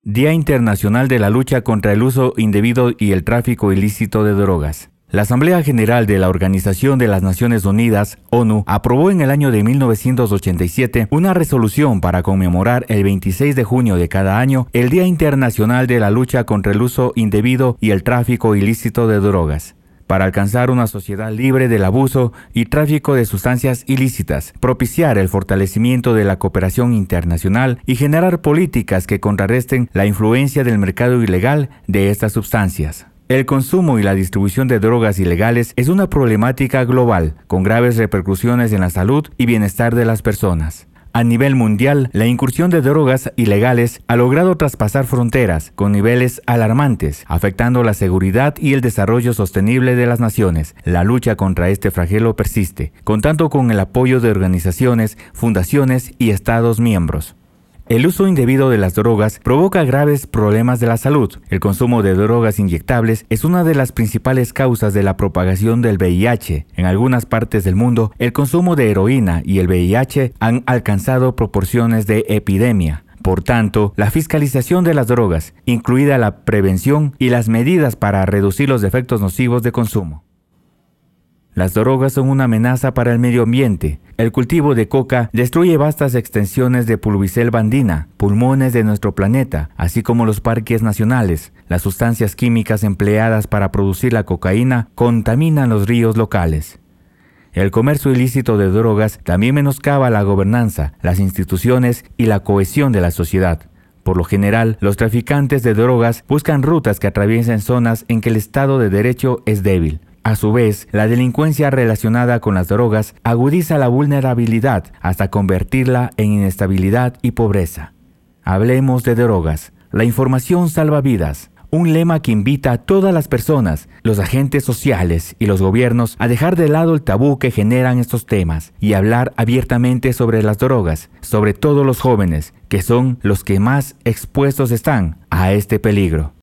Día Internacional de la Lucha contra el Uso Indebido y el Tráfico Ilícito de Drogas. La Asamblea General de la Organización de las Naciones Unidas, ONU, aprobó en el año de 1987 una resolución para conmemorar el 26 de junio de cada año el Día Internacional de la Lucha contra el Uso Indebido y el Tráfico Ilícito de Drogas, para alcanzar una sociedad libre del abuso y tráfico de sustancias ilícitas, propiciar el fortalecimiento de la cooperación internacional y generar políticas que contrarresten la influencia del mercado ilegal de estas sustancias. El consumo y la distribución de drogas ilegales es una problemática global, con graves repercusiones en la salud y bienestar de las personas. A nivel mundial, la incursión de drogas ilegales ha logrado traspasar fronteras con niveles alarmantes, afectando la seguridad y el desarrollo sostenible de las naciones. La lucha contra este flagelo persiste, contando con el apoyo de organizaciones, fundaciones y Estados miembros. El uso indebido de las drogas provoca graves problemas de la salud. El consumo de drogas inyectables es una de las principales causas de la propagación del VIH. En algunas partes del mundo, el consumo de heroína y el VIH han alcanzado proporciones de epidemia. Por tanto, la fiscalización de las drogas, incluida la prevención y las medidas para reducir los efectos nocivos de consumo. Las drogas son una amenaza para el medio ambiente. El cultivo de coca destruye vastas extensiones de pulviselva andina, pulmones de nuestro planeta, así como los parques nacionales. Las sustancias químicas empleadas para producir la cocaína contaminan los ríos locales. El comercio ilícito de drogas también menoscaba la gobernanza, las instituciones y la cohesión de la sociedad. Por lo general, los traficantes de drogas buscan rutas que atraviesen zonas en que el Estado de Derecho es débil. A su vez, la delincuencia relacionada con las drogas agudiza la vulnerabilidad hasta convertirla en inestabilidad y pobreza. Hablemos de drogas. La información salva vidas. Un lema que invita a todas las personas, los agentes sociales y los gobiernos a dejar de lado el tabú que generan estos temas y hablar abiertamente sobre las drogas, sobre todo los jóvenes, que son los que más expuestos están a este peligro.